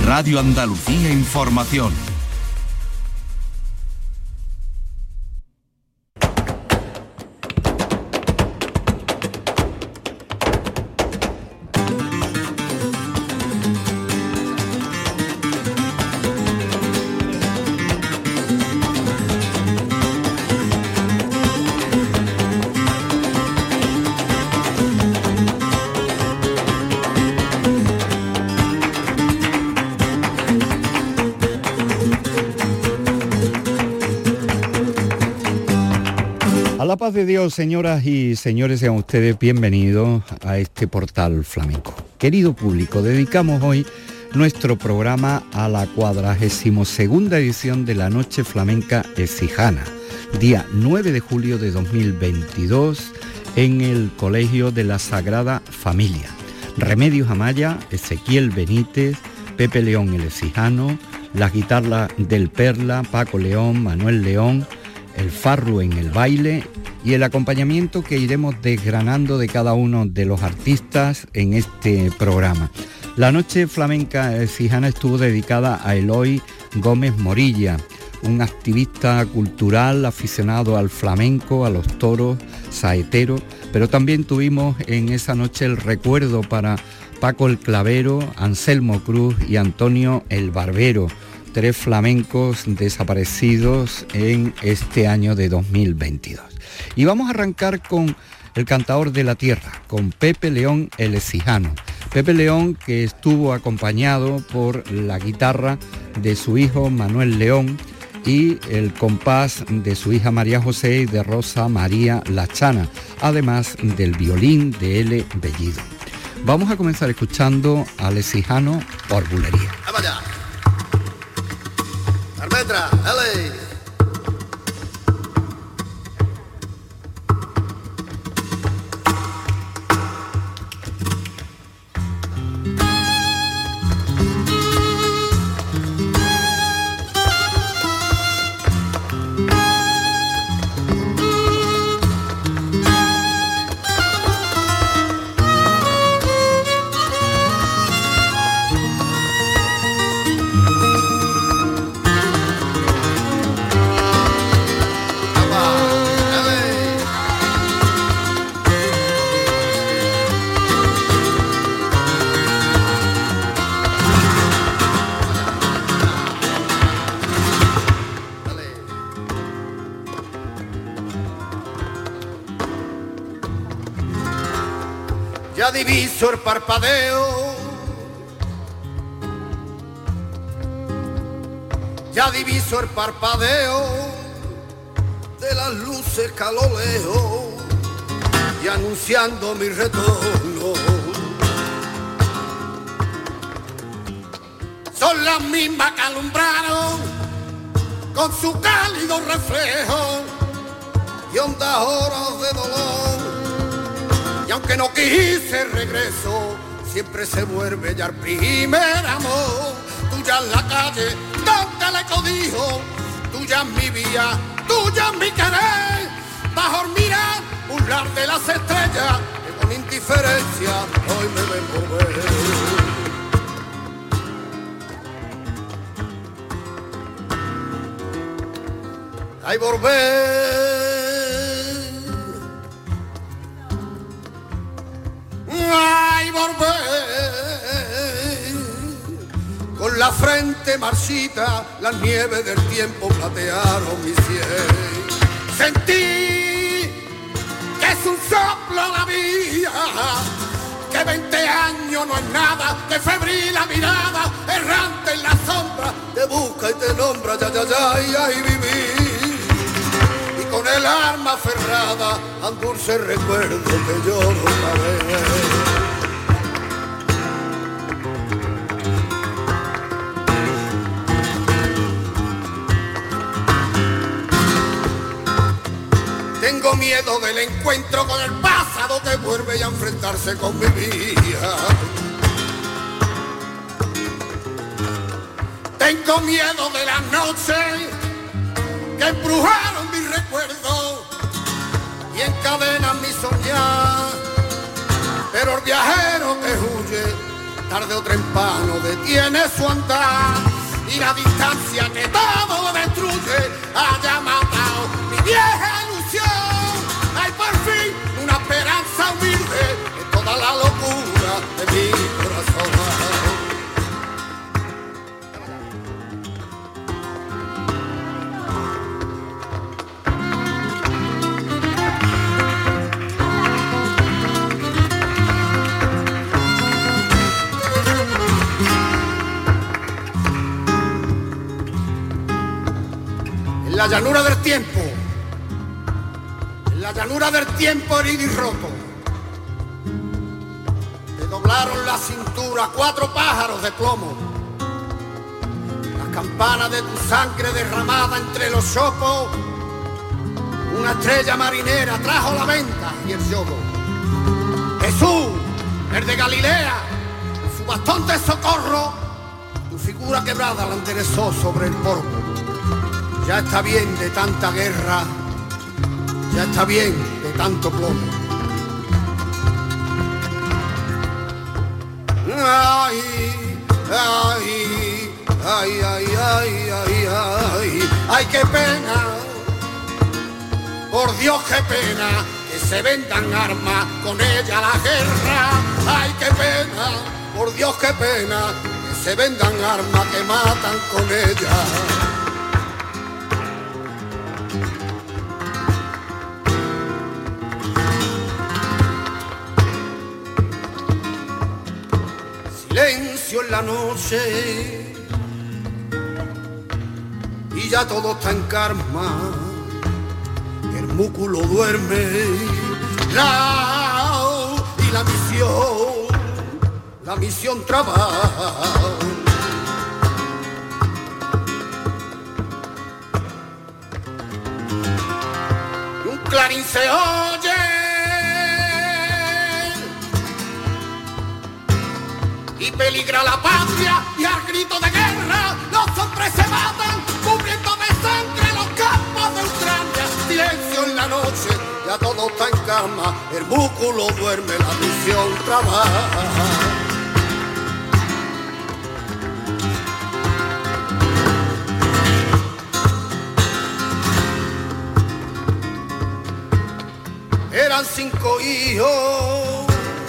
Radio Andalucía Información. La paz de Dios, señoras y señores, sean ustedes bienvenidos a este portal flamenco. Querido público, dedicamos hoy nuestro programa a la 42ª edición de la Noche Flamenca Écijana, día 9 de julio de 2022, en el Colegio de la Sagrada Familia. Remedios Amaya, Ezequiel Benítez, Pepe León el Écijano, las guitarras del Perla, Paco León, Manuel León, el farru en el baile y el acompañamiento que iremos desgranando de cada uno de los artistas en este programa. La Noche Flamenca Écijana estuvo dedicada a Eloy Gómez Morilla, un activista cultural aficionado al flamenco, a los toros, saetero, pero también tuvimos en esa noche el recuerdo para Paco el Clavero, Anselmo Cruz y Antonio el Barbero, 3 flamencos desaparecidos en este año de 2022. Y vamos a arrancar con el cantador de la tierra, con Pepe León el Écijano. Pepe León, que estuvo acompañado por la guitarra de su hijo Manuel León y el compás de su hija María José y de Rosa María Lachana, además del violín de L. Bellido. Vamos a comenzar escuchando al Écijano por bulería. ¡Vamos allá! ¡Armetra! ¡Ele! Ya diviso el parpadeo, ya diviso el parpadeo de las luces que a lo lejos y anunciando mi retorno. Son las mismas que alumbraron con su cálido reflejo y hondas horas de dolor. Y aunque no quise regreso, siempre se vuelve ya el primer amor. Tuya es la calle donde le codijo, tuya es mi vía, tuya es mi querer. Bajo mirar, burlar de las estrellas, que con indiferencia hoy me ven volver. Ay, volver. Ay, volver, con la frente marchita, las nieves del tiempo platearon mi sien. Sentí que es un soplo la vida, que 20 años no es nada, que febril la mirada, errante en la sombra, te busca y te nombra, ya, y ahí viví. Y con el alma aferrada, a un dulce recuerdo que yo no sabía. Tengo miedo del encuentro con el pasado que vuelve a enfrentarse con mi vida. Tengo miedo de las noches que embrujaron mis recuerdos y encadenan mi soñar. Pero el viajero que huye tarde o temprano detiene su andar y la distancia que todo destruye haya matado mi vieja ilusión. Hay por fin una esperanza humilde en toda la locura de mi corazón. En la llanura del tiempo herido y roto, te doblaron la cintura 4 pájaros de plomo. Las campanas de tu sangre derramada entre los sopos, una estrella marinera trajo la venta y el yodo. Jesús, el de Galilea, su bastón de socorro, tu figura quebrada la enderezó sobre el polvo. Ya está bien de tanta guerra, ya está bien de tanto plomo. Ay, ay, ay, ay, ay, ay, ay, ay, qué pena, por Dios qué pena, que se vendan armas con ella la guerra. Ay, qué pena, por Dios qué pena, que se vendan armas que matan con ella. Silencio en la noche y ya todo está en calma. El músculo duerme y la misión trabaja. Y un clarín se oye y peligra la patria, y al grito de guerra los hombres se matan, cubriendo de sangre los campos de Ucrania. Silencio en la noche, ya todo está en calma, el músculo duerme, la misión trabaja. Eran 5 hijos,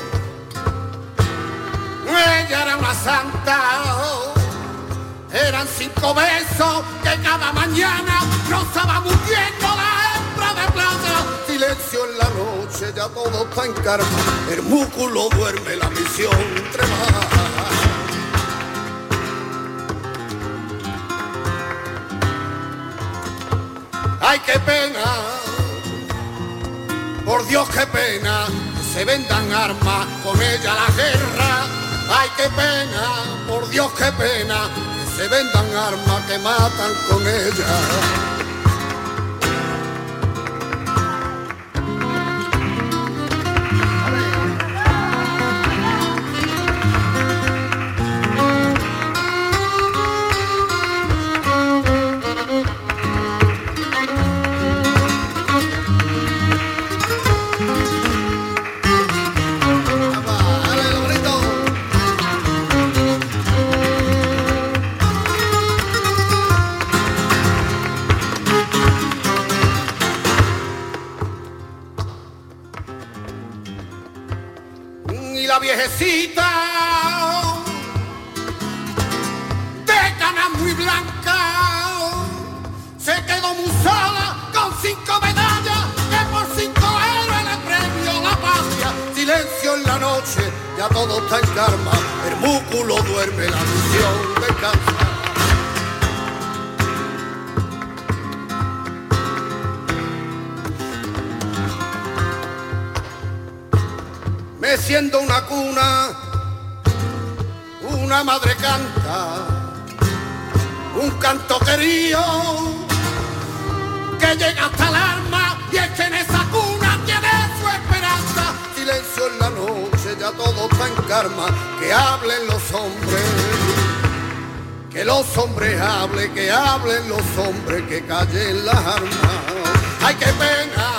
ella era una santa, eran 5 besos que cada mañana rozaba muriendo la hembra de plata. Silencio en la noche, ya todo está en calma, el músculo duerme, la misión trabaja. Ay, qué pena, por Dios qué pena, que se vendan armas con ella la guerra. Ay, qué pena, por Dios qué pena, que se vendan armas que matan con ella. Viejecita de cana muy blanca se quedó muy sola con 5 medallas que por 5 héroes le premió la patria. Silencio en la noche, ya todo está en calma, el músculo duerme, la misión descansa. Siendo una cuna, una madre canta, un canto querido que llega hasta el alma, y es que en esa cuna tiene su esperanza. Silencio en la noche, ya todo está en calma, que hablen los hombres, que los hombres hablen, que hablen los hombres, que callen las armas. Ay, qué pena,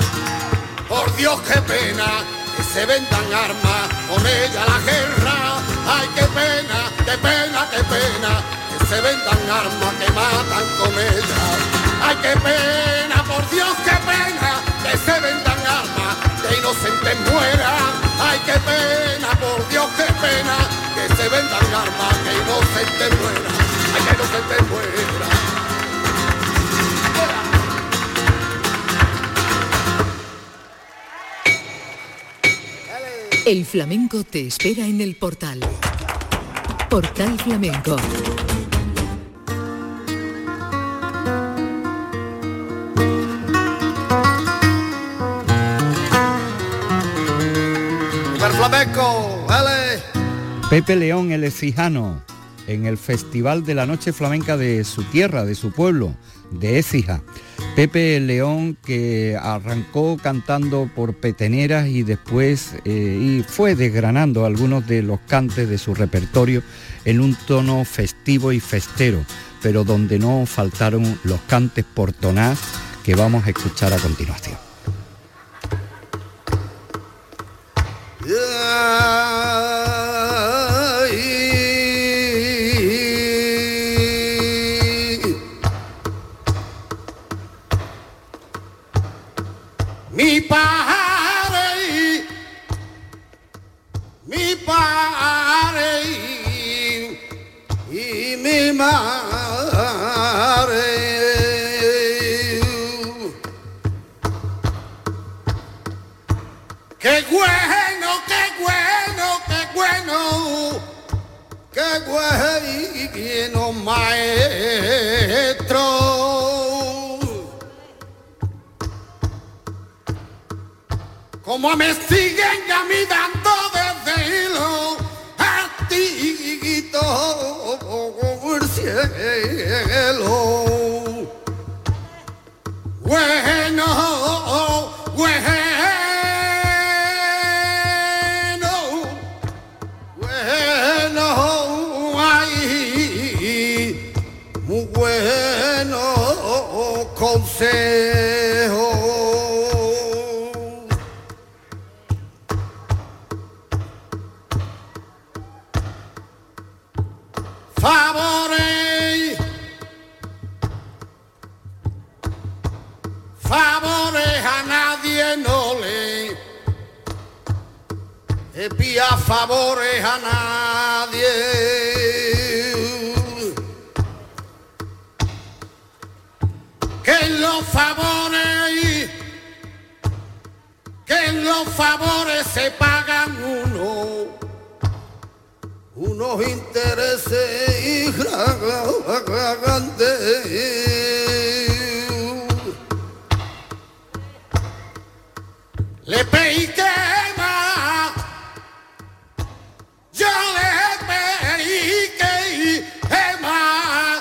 por Dios qué pena, que se vendan armas con ella la guerra. Ay, qué pena, qué pena, qué pena, que se vendan armas que matan con ellas. Ay, qué pena, por Dios, qué pena, que se vendan armas, que inocentes mueran. Ay, qué pena, por Dios, qué pena, que se vendan armas, que inocentes mueran. Ay, que inocentes mueran. El flamenco te espera en el Portal. Portal Flamenco. ¡Super flamenco! ¡Vale! Pepe León el Écijano, en el Festival de la Noche Flamenca de su tierra, de su pueblo, de Écija. Pepe León, que arrancó cantando por peteneras y después y fue desgranando algunos de los cantes de su repertorio en un tono festivo y festero, pero donde no faltaron los cantes portonás que vamos a escuchar a continuación. Mi padre y mi madre, qué bueno, qué bueno, qué bueno, qué bueno, maestro. Como me siguen a mí dando desde hilo artiguito el cielo. Bueno, bueno, bueno, ay, muy bueno consejo. Favores a nadie no le pía favores a nadie. Que en los favores se pagan unos intereses grandes. Le pedí que más, yo le pedí que más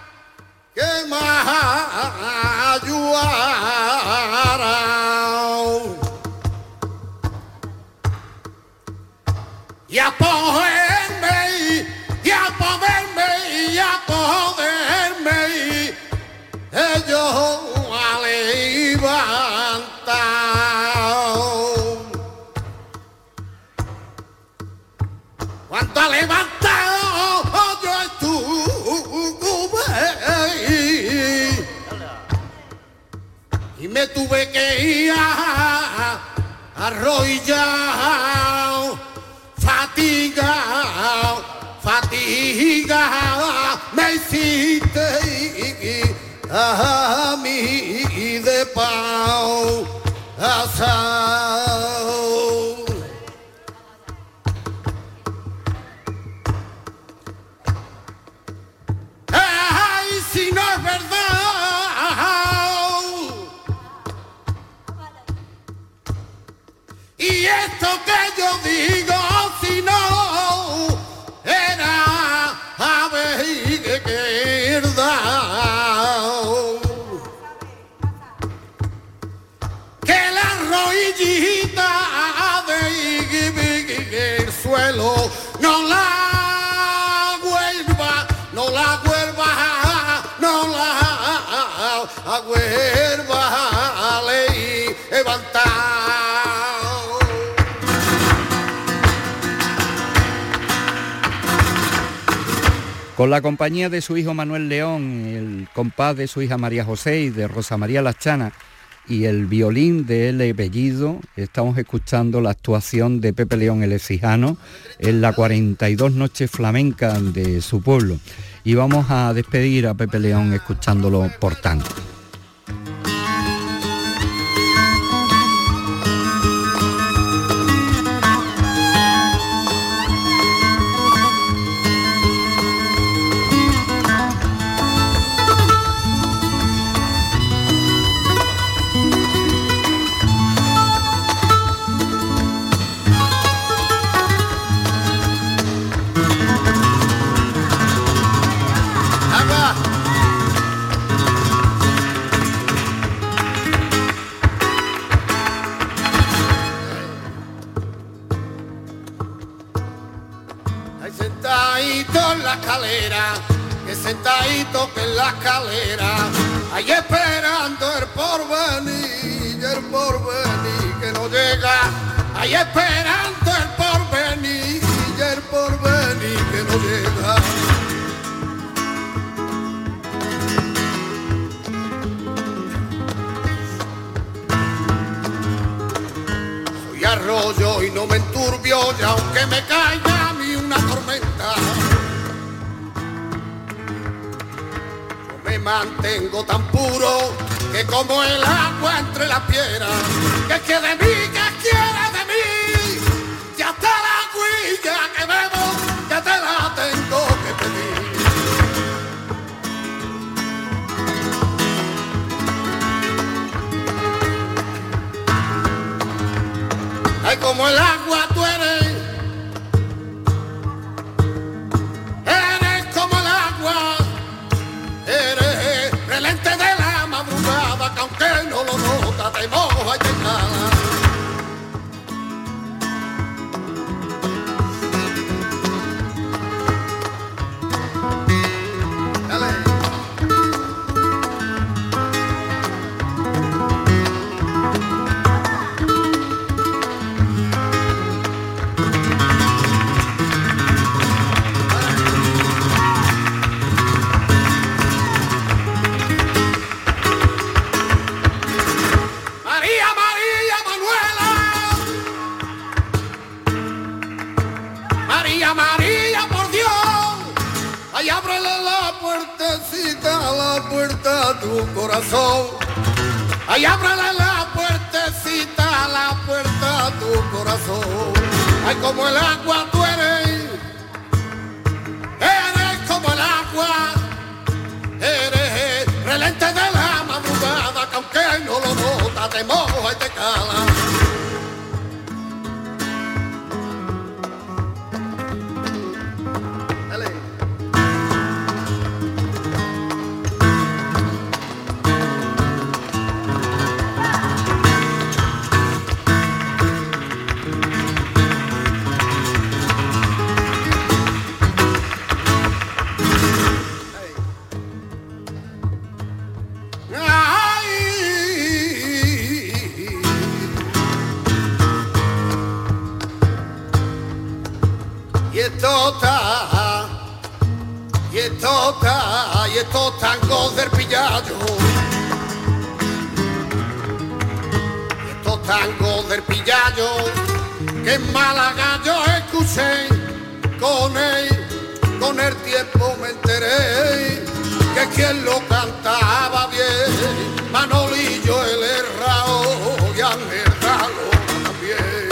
ayudara. Y a poderme, ellos a levantar. Cuando ha levantado yo estuve y me tuve que ir arrollado, fatigado, me hiciste a mí de pau asado. Ay, si no es verdad, y esto que yo digo, si no era a ver que verdad, que la rodillita de el suelo no la vuelva a levantar. Con la compañía de su hijo Manuel León, el compás de su hija María José y de Rosa María Lachana y el violín de L. Bellido, estamos escuchando la actuación de Pepe León el Ecijano en la 42 noches flamencas de su pueblo. Y vamos a despedir a Pepe León escuchándolo por tango. Sentadito que en la escalera, ahí esperando el porvenir que no llega, ahí esperando el porvenir que no llega. Soy arroyo y no me enturbio, y aunque me caiga a mí una tormenta, me mantengo tan puro que como el agua entre las piedras, que de mí, que quiere de mí, ya está la agüilla que bebo, ya te la tengo que pedir. Ay, como el agua tú eres como el agua, eres relente de la madrugada, que aunque no lo nota, te moja y te cala. María, por Dios, ay, ábrele la puertecita, la puerta a tu corazón. Ay, ábrele la puertecita, la puerta a tu corazón. Ay, como el agua tú eres como el agua, eres relente de la madrugada, que aunque no lo nota, te moja y te cala. Y estos tangos del pillayo, estos tangos del pillayo, que en Málaga yo escuché, con el tiempo me enteré, que quien lo cantaba bien, Manolillo el Herrao y Ángel Galo también.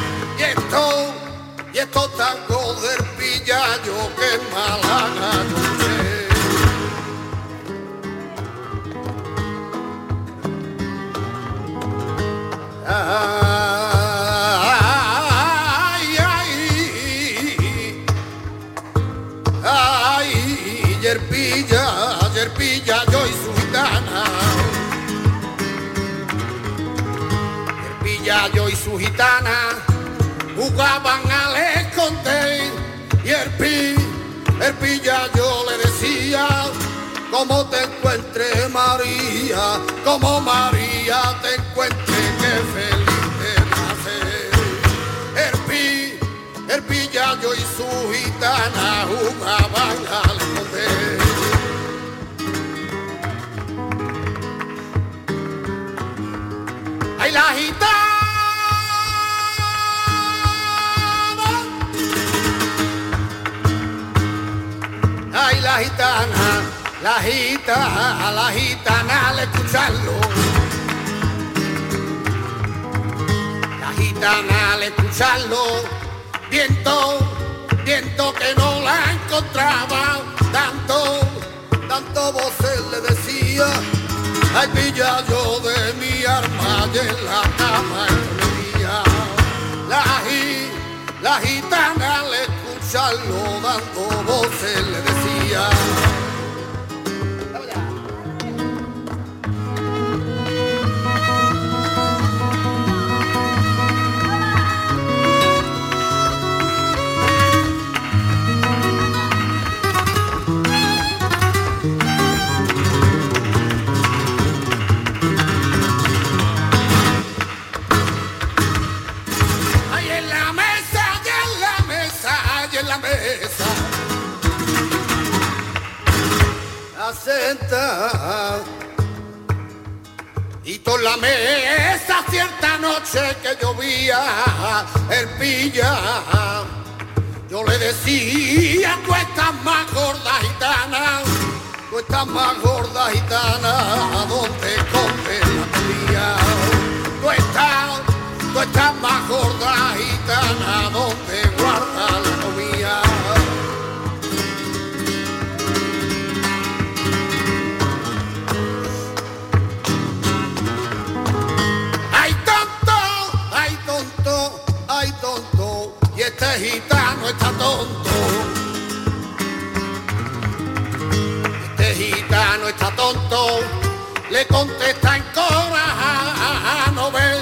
Y estos tangos del pillayo, que en Málaga yo escuché. Yerpilla, yo y su gitana. Yerpilla, yo y su gitana jugaban al escondé. Yerpilla, yo le decía, como te encuentre María, como María te encuentre, que feliz te nace. Yerpilla, yo y su gitana jugaban al escondé. Ay, la gitana al escucharlo. La gitana al escucharlo, viento que no la encontraba, tanto voces le decía, ay, pilla yo de mi arma y en la cama veía. La gitana al escucharlo, dando voces le decía. Y con la mesa cierta noche que llovía el pilla, yo le decía, tú estás más gorda gitana, tú estás más gorda gitana, ¿dónde escondes la comida? Tú estás más gorda gitana, ¿dónde guardas la comida? Ay tonto, y este gitano está tonto. Este gitano está tonto, le contesta en cora,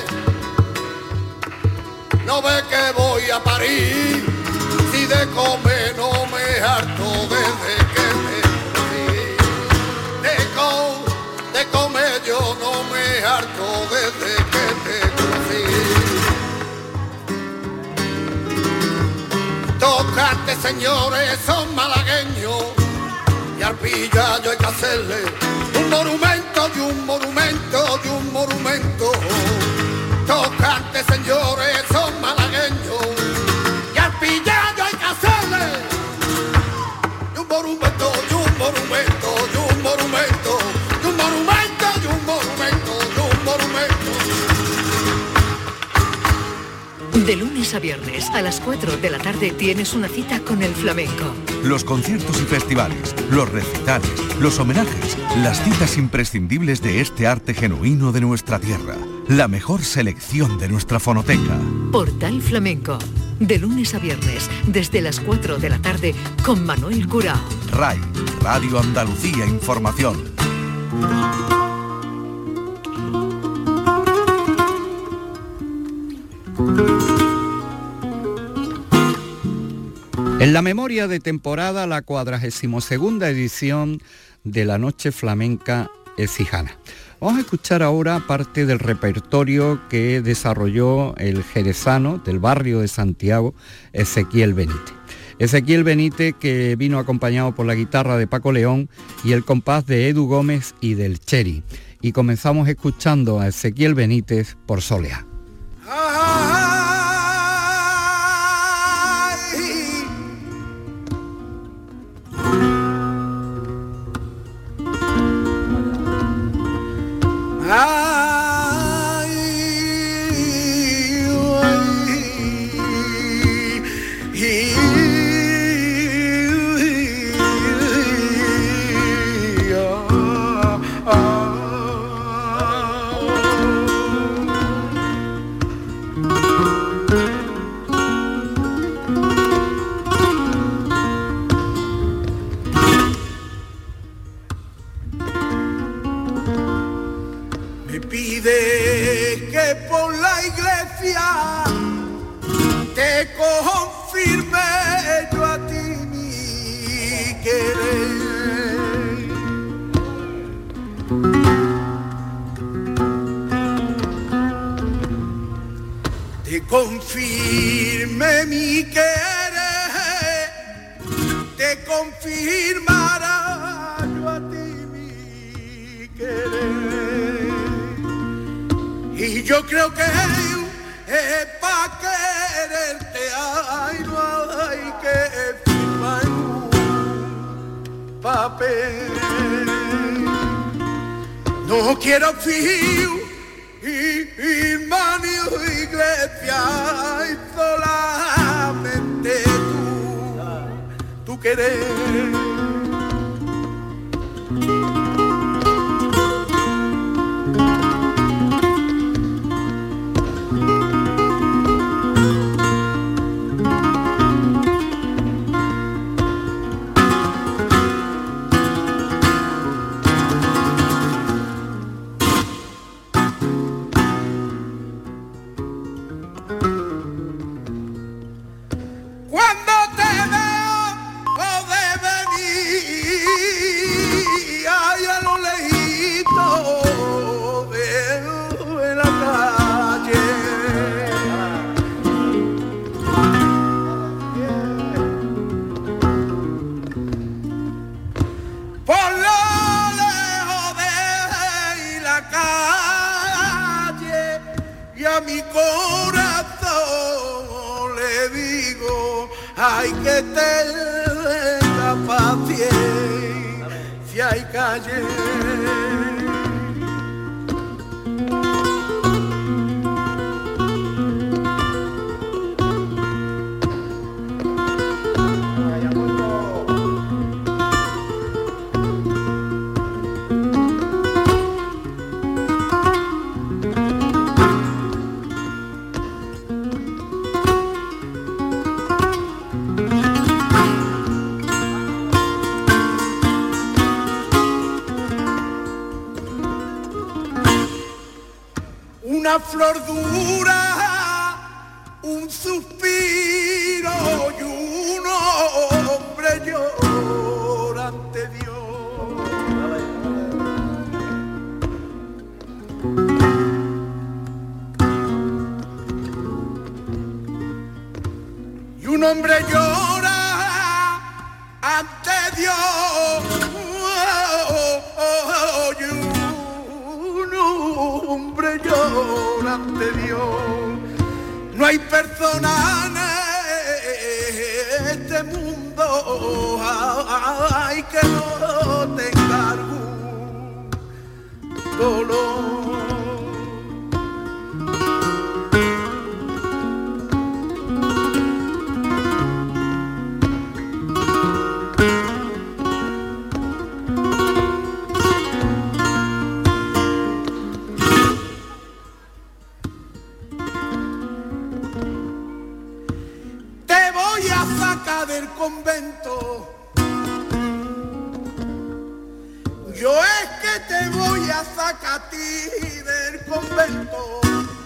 no ve que voy a parir, si de comer no me harto desde que me conocí. De comer yo no me harto desde que te conocí. Tocantes, señores, son malagueños, y al pillallo hay que hacerle un monumento y un monumento y un monumento. Tocantes, señores, son malagueños, y al pillallo hay que hacerle un monumento y un monumento y un monumento y un monumento y un monumento y un monumento. De lunes a viernes a las 4 de la tarde tienes una cita con el flamenco. Los conciertos y festivales, los recitales, los homenajes, las citas imprescindibles de este arte genuino de nuestra tierra. La mejor selección de nuestra fonoteca. Portal Flamenco. De lunes a viernes, desde las 4 de la tarde, con Manuel Curao. RAI, Radio Andalucía Información. En la memoria de temporada, la 42ª edición de la Noche Flamenca Écijana. Vamos a escuchar ahora parte del repertorio que desarrolló el jerezano del barrio de Santiago, Ezequiel Benítez. Ezequiel Benítez, que vino acompañado por la guitarra de Paco León y el compás de Edu Gómez y del Cheri. Y comenzamos escuchando a Ezequiel Benítez por Soleá. Confirme mi querer, te confirmará yo a ti mi querer. Y yo creo que es pa' quererte, ay, no hay que firmar papel. No quiero fío y manio iglesia y solamente tú querés. Mi corazón le digo, hay que tener paciencia y calle. Una flor dura, un suspiro y un hombre llora ante Dios. Y un hombre llora ante Dios. Hombre llora ante Dios. No hay persona en este mundo ay, que no tenga algún dolor. Del convento, yo es que te voy a sacar a ti del convento,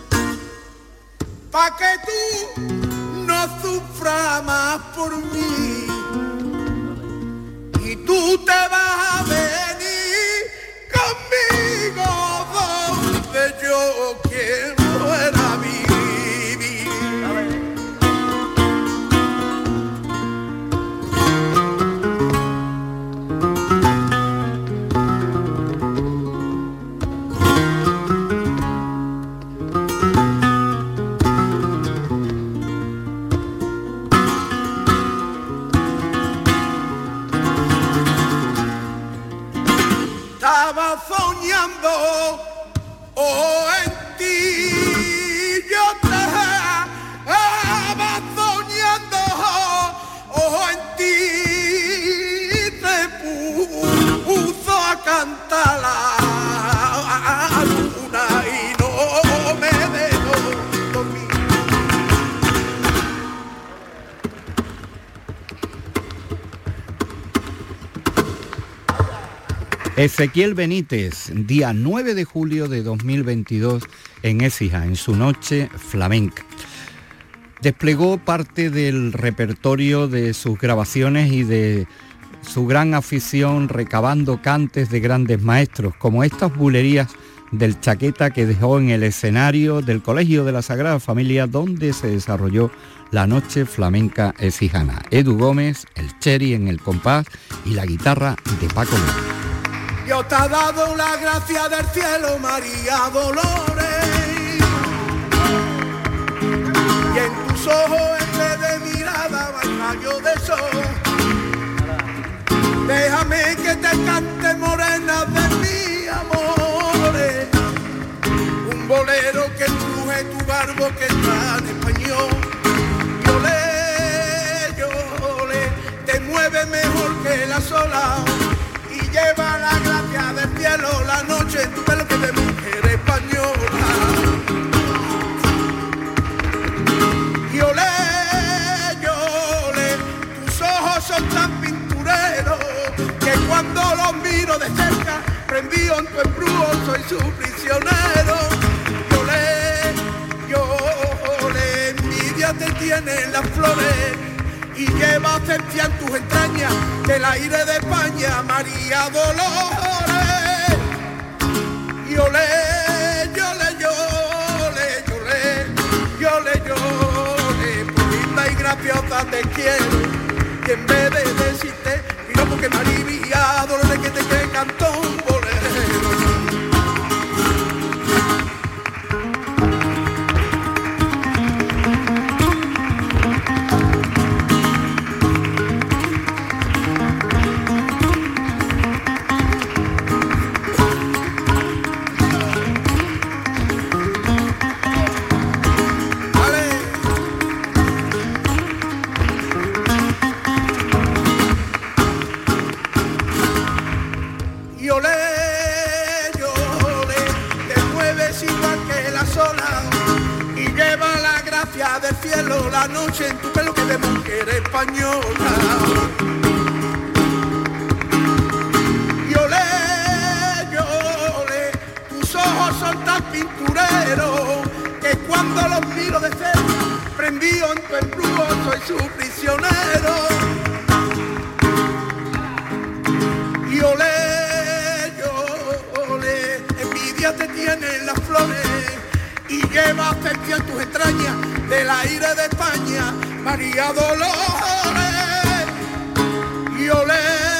pa' que tú no sufras más por mí, y tú te vas a venir conmigo donde yo quiero era vivir. Estaba soñando en ti, yo estaba soñando en ti, te puso a cantar la luna y no me dejó dormir. Ezequiel Benítez, día 9 de julio de 2022 en Écija, en su noche flamenca. Desplegó parte del repertorio de sus grabaciones y de su gran afición recabando cantes de grandes maestros, como estas bulerías del Chaqueta que dejó en el escenario del Colegio de la Sagrada Familia, donde se desarrolló la noche flamenca ecijana. Edu Gómez, el Cheri en el compás y la guitarra de Paco López. Yo te he dado la gracia del cielo, María Dolores, y en tus ojos en vez de mirada va el rayo de sol. Déjame me cante morena de mi amores, un bolero que truje tu barbo que está en español. Te mueve mejor que la sola y lleva la gracia del cielo la noche en tu pelo que de mujer española. Y ole, tus ojos son tan pintureros que cuando los miro de cerca, prendido en tu embrujo, soy su prisionero. Y ole, envidia te tienen las flores y lleva esencia en tus entrañas del aire de España, María Dolores. Y ole, por linda y graciosa te quiero, y en vez de decirte, mira porque María Dolores que te cantó un bolero. Del cielo la noche en tu pelo que de mujer española. Y ole, tus ojos son tan pintureros que cuando los miro de cerca, prendido en tu embrujo, soy su prisionero. Y ole, envidia te tienen las flores y lleva afección en tus entrañas del aire de España, María Dolores. Y ole,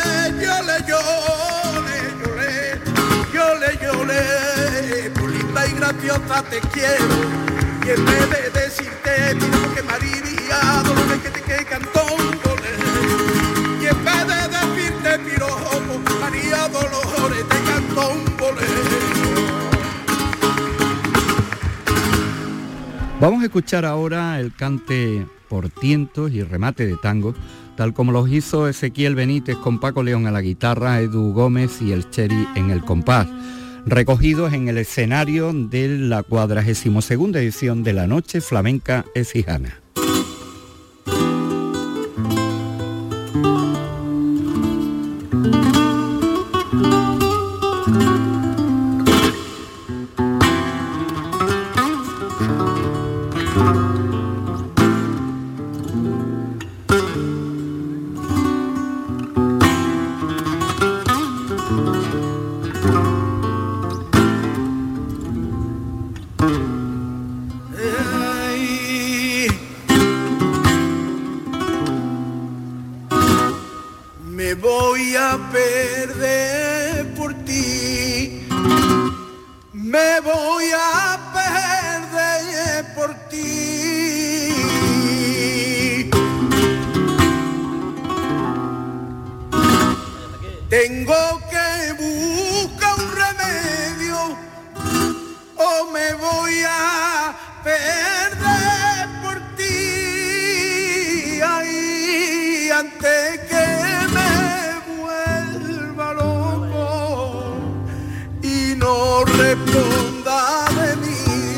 por linda y graciosa te quiero, y en vez de decirte, mira que María Dolores que cantó un bolero, y en vez de decirte, piropo, María Dolores te cantó un bolero. Vamos a escuchar ahora el cante por tientos y remate de tango, tal como los hizo Ezequiel Benítez con Paco León a la guitarra, Edu Gómez y el Cheri en el compás, recogidos en el escenario de la 42ª edición de la Noche Flamenca Écijana. Tengo que buscar un remedio o me voy a perder por ti. Ay, antes que me vuelva loco y no responda de mí.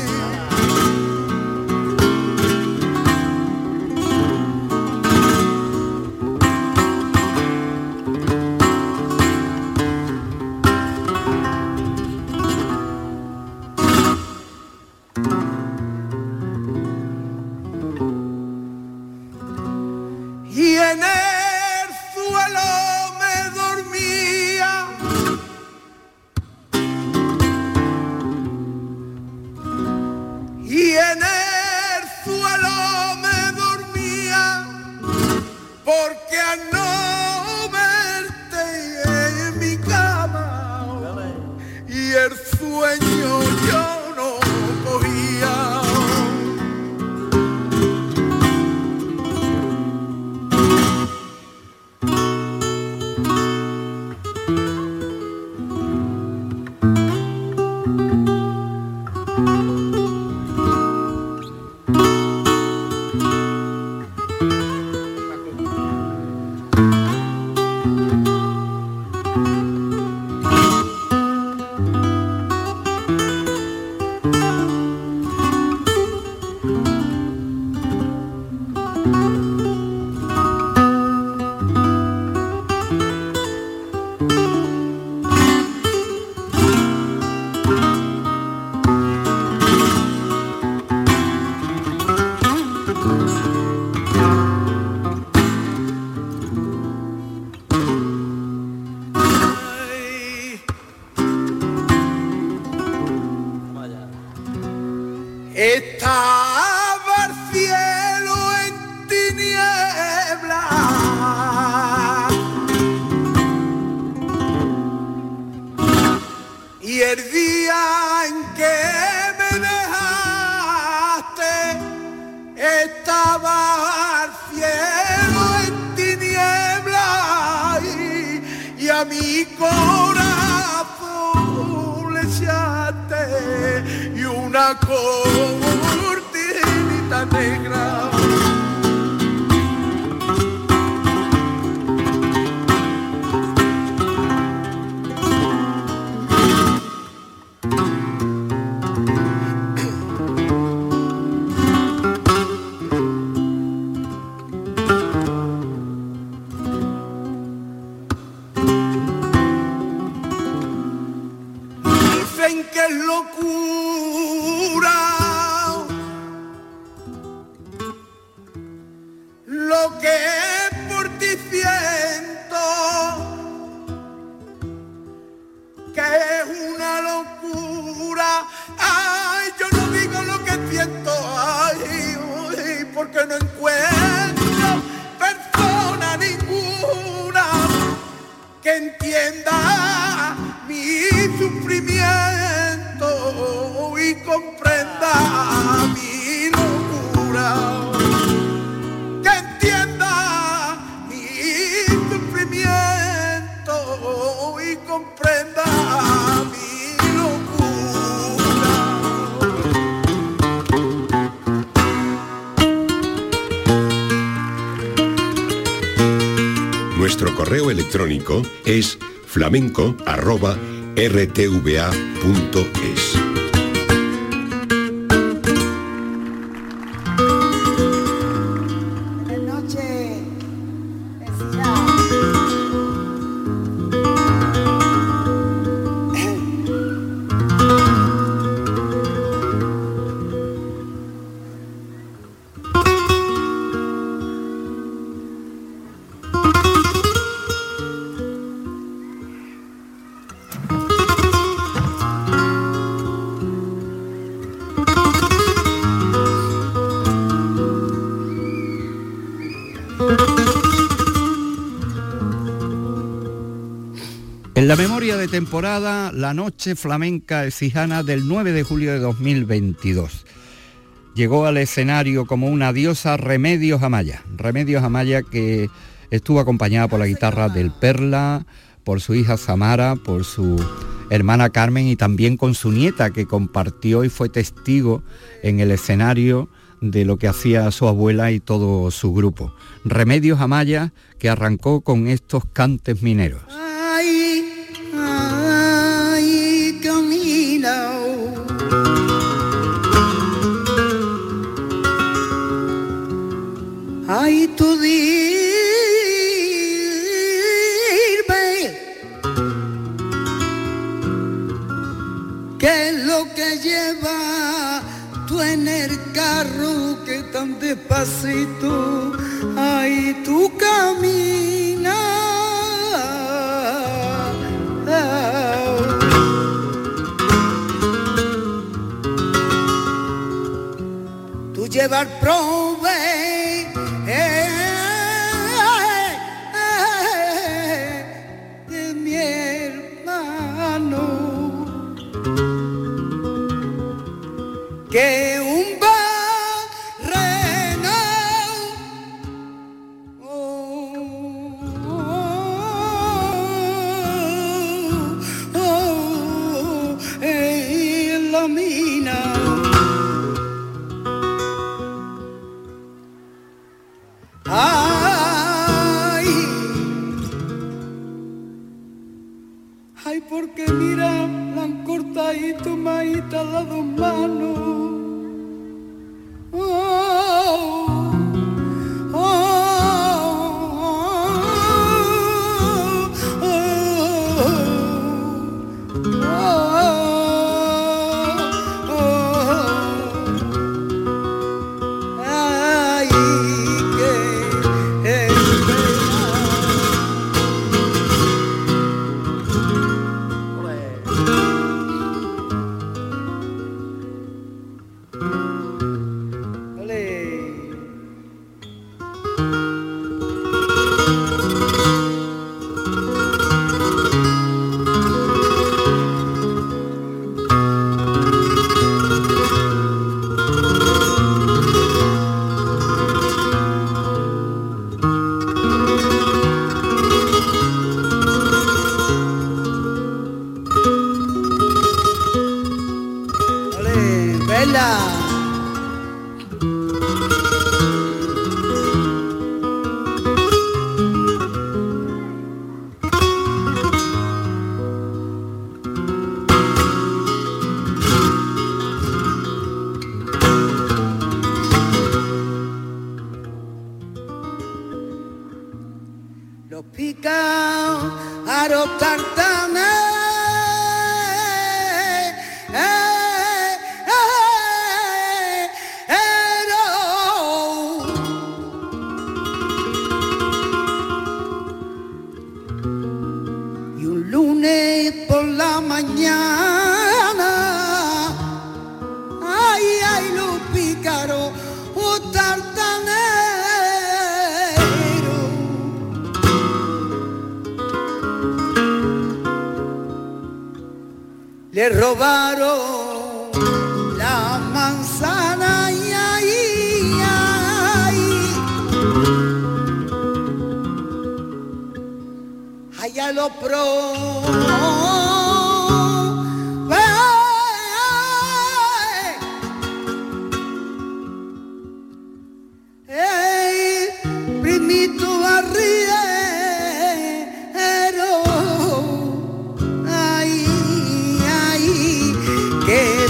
Y en el suelo me dormía Estaba el cielo en tinieblas y el día en que me dejaste estaba el cielo en tinieblas y a mi corazón le echaste y una cortinita negra. Dicen que es locura lo que por ti siento, que es una locura. Ay, yo no digo lo que siento, ay, ay, porque no encuentro persona ninguna que entienda mi sufrimiento y comprenda mi locura. Que entienda mi sufrimiento y comprenda mi locura. Nuestro correo electrónico es flamenco@rtva.es. En la memoria de temporada, la noche flamenca exijana del 9 de julio de 2022. Llegó al escenario como una diosa Remedios Amaya. Remedios Amaya, que estuvo acompañada por la guitarra del Perla, por su hija Samara, por su hermana Carmen y también con su nieta, que compartió y fue testigo en el escenario de lo que hacía su abuela y todo su grupo. Remedios Amaya, que arrancó con estos cantes mineros. Ay, camina. Ay, tú dime qué es lo que lleva tú en el carro que tan despacito, ay, tú caminas. Tú llevas prove de mi hermano, que un barreno en la mina. Ay, Ay, porque mira, la han cortadito, maíta, las dos manos. Oh, oh, oh, oh, oh. Ay, qué le robaron la manzana y ahí, allá lo primito arriero. Que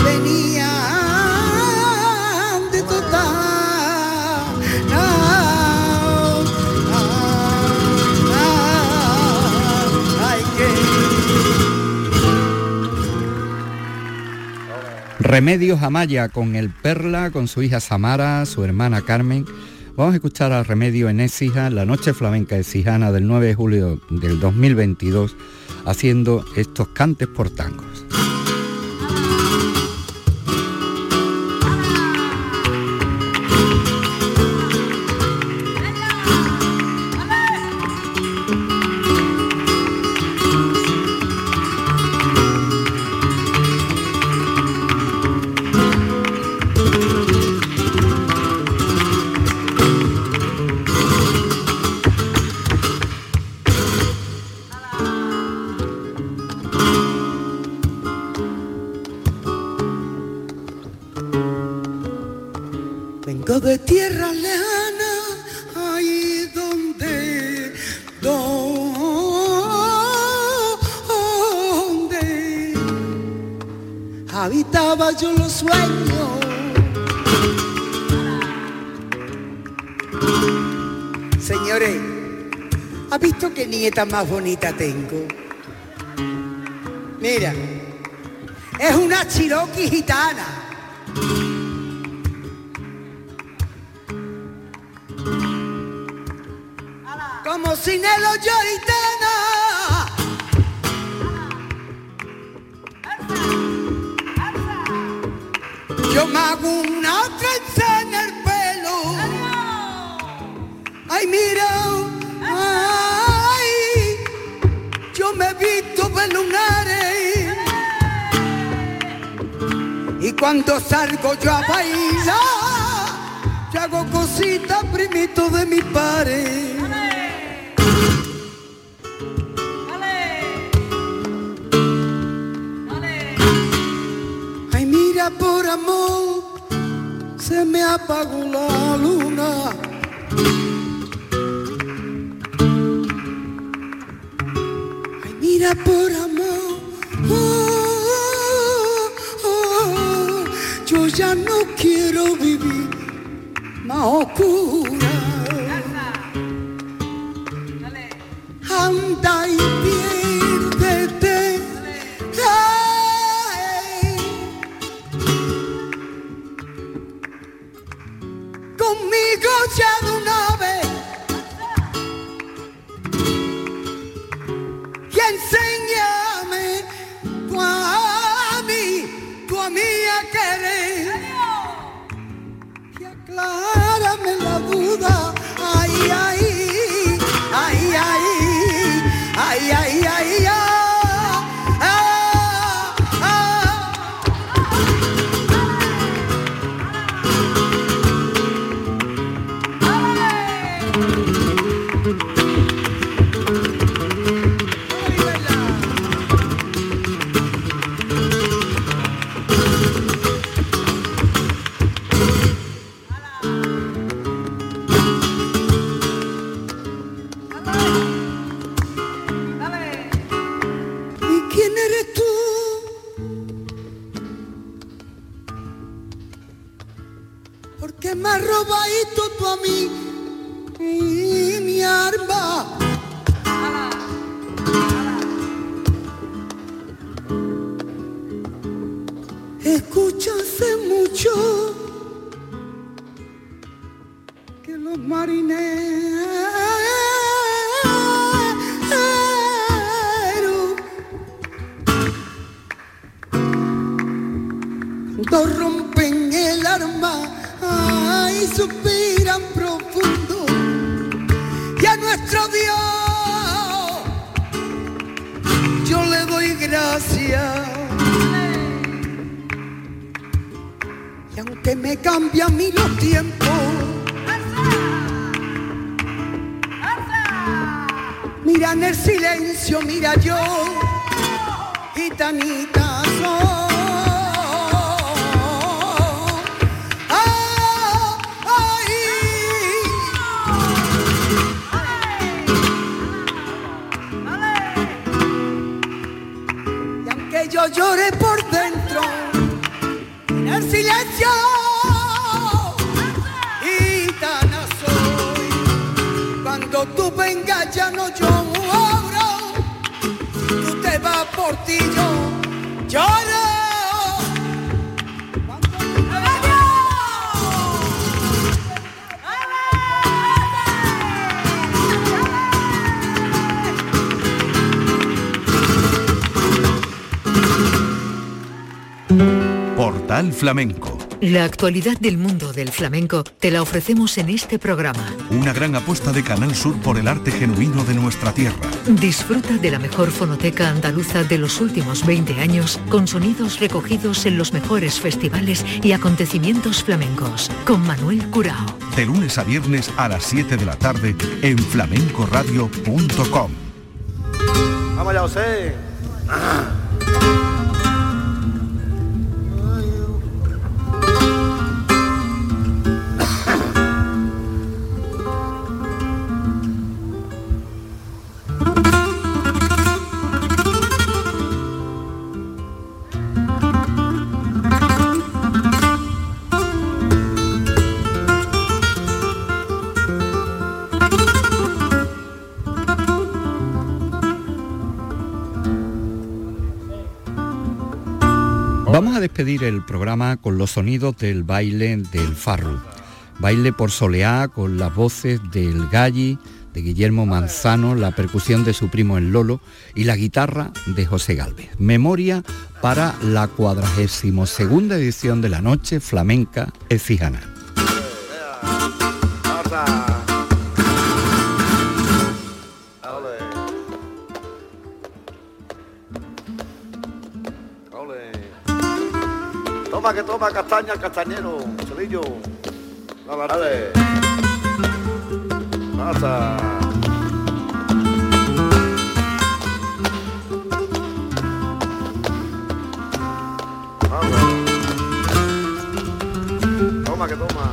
venían de total, ay, que... Remedios Amaya con el Perla, con su hija Samara, su hermana Carmen. Vamos a escuchar a Remedio en Écija, la Noche Flamenca Écijana del 9 de julio del 2022, haciendo estos cantes por tangos. Vengo de tierra lejana, ahí donde habitaba yo los sueños. Señores, ¿ha visto qué nieta más bonita tengo? Mira, es una Cherokee gitana. Como Sinelo Yoritana. Yo me hago una trenza en el pelo. Ay, mira, ay, yo me he visto de lunares. Y cuando salgo yo a bailar, yo hago cositas, primito de mi pared. Por amor se me apagó la luna. Ay, mira, por amor más oscura. Anda y piérdete. Ay. Conmigo ya de una vez. Y enséñame tú a mí a querer. Y aclárame la duda. Ay, ay, ay, ay. Ay, ay, ay, me has robadito tú a mí y mi arma. Escucha hace mucho que los marineros cuando rompen el arma y suspiran profundo y a nuestro Dios yo le doy gracias. Y aunque me cambian a mí los tiempos, mira en el silencio, mira yo, gitanita soy. Yo lloré por dentro, en el silencio, gitana soy. Cuando tú vengas ya no lloro, tú te vas por ti, yo lloro. Portal Flamenco. La actualidad del mundo del flamenco te la ofrecemos en este programa. Una gran apuesta de Canal Sur por el arte genuino de nuestra tierra. Disfruta de la mejor fonoteca andaluza de los últimos 20 años, con sonidos recogidos en los mejores festivales y acontecimientos flamencos, con Manuel Curao. De lunes a viernes a las 7 de la tarde en flamencoradio.com. Vamos allá, José. Vamos a despedir el programa con los sonidos del baile del Farru. Baile por soleá con las voces del Galli, de Guillermo Manzano, la percusión de su primo el Lolo y la guitarra de José Gálvez. Memoria para la 42ª edición de la Noche Flamenca Écijana. Toma que toma castaña, castañero, chelillo. Dale. Pasa. Toma que toma.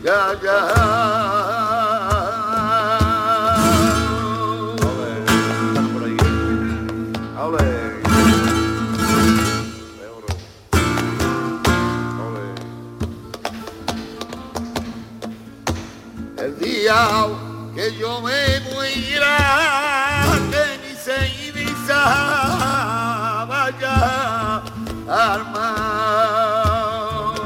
ya, ya. El día que yo me muera, que ni se Ibiza vaya al mar.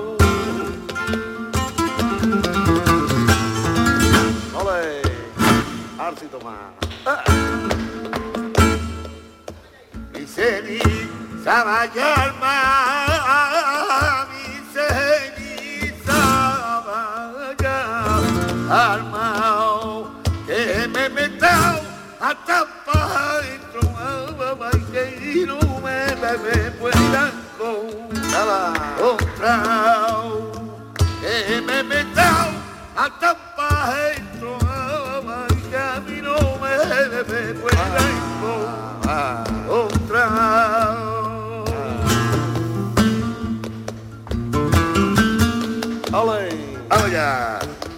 Ole, Arcito más. Mi ceniza vaya al mar, mi ceniza vaya al mar, que me he metido hasta para adentro, y que no me puedan encontrar, que me he metido hasta para adentro, y que a mí no me puedan encontrar. ¡Ole! ¡Vamos ya!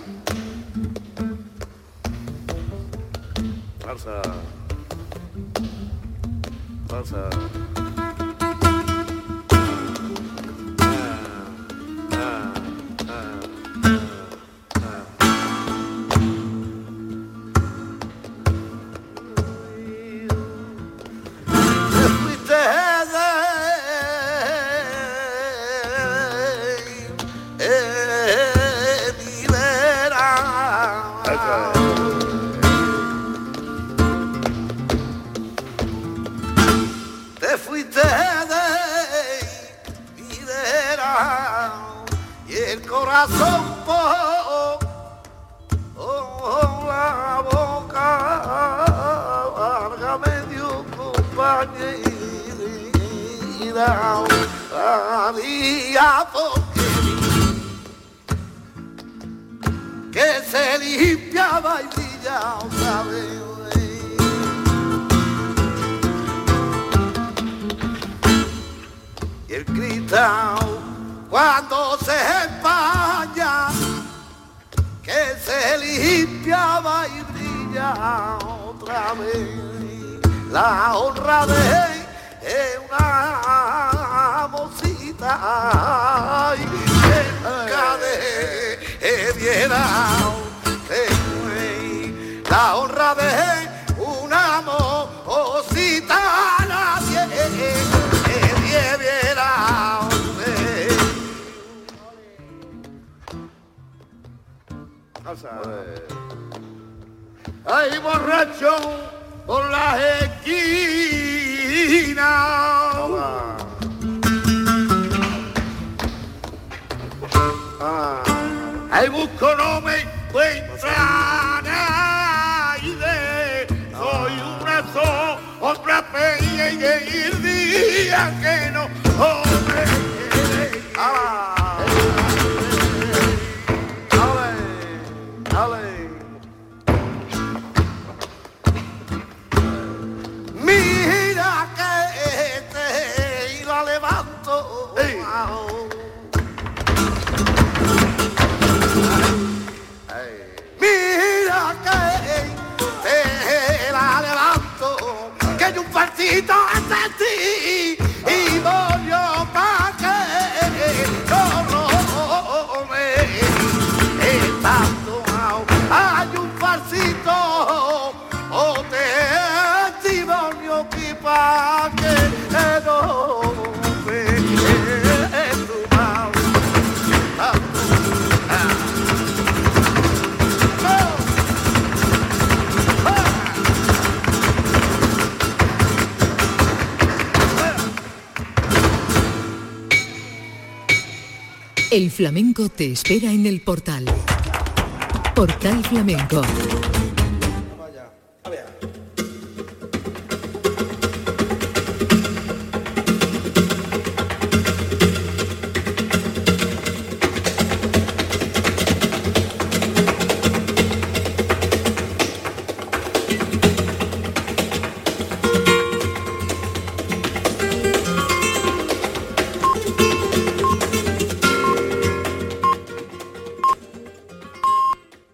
Salsa. Salsa. Te fuiste de mi vera y el corazón por la boca larga me dio compañera había porque que se limpiaba y brillaba otra vez. El cristal cuando se empaña, que se limpiaba y brilla otra vez. La honradez es una mosita y nunca debiera de güey. La honradez una mosita nadie debiera. Hay borracho por las esquinas. Hay busco no me encuentra nadie. Soy una otra peña y el día que no hombre. Mira que te la levanto. Mira que te la levanto, que hay un partito ante ti y voy yo pa' que no me estando. Hay un farcito o testimonio que pa' que no me estumao. El flamenco te espera en el Portal. Portal Flamenco.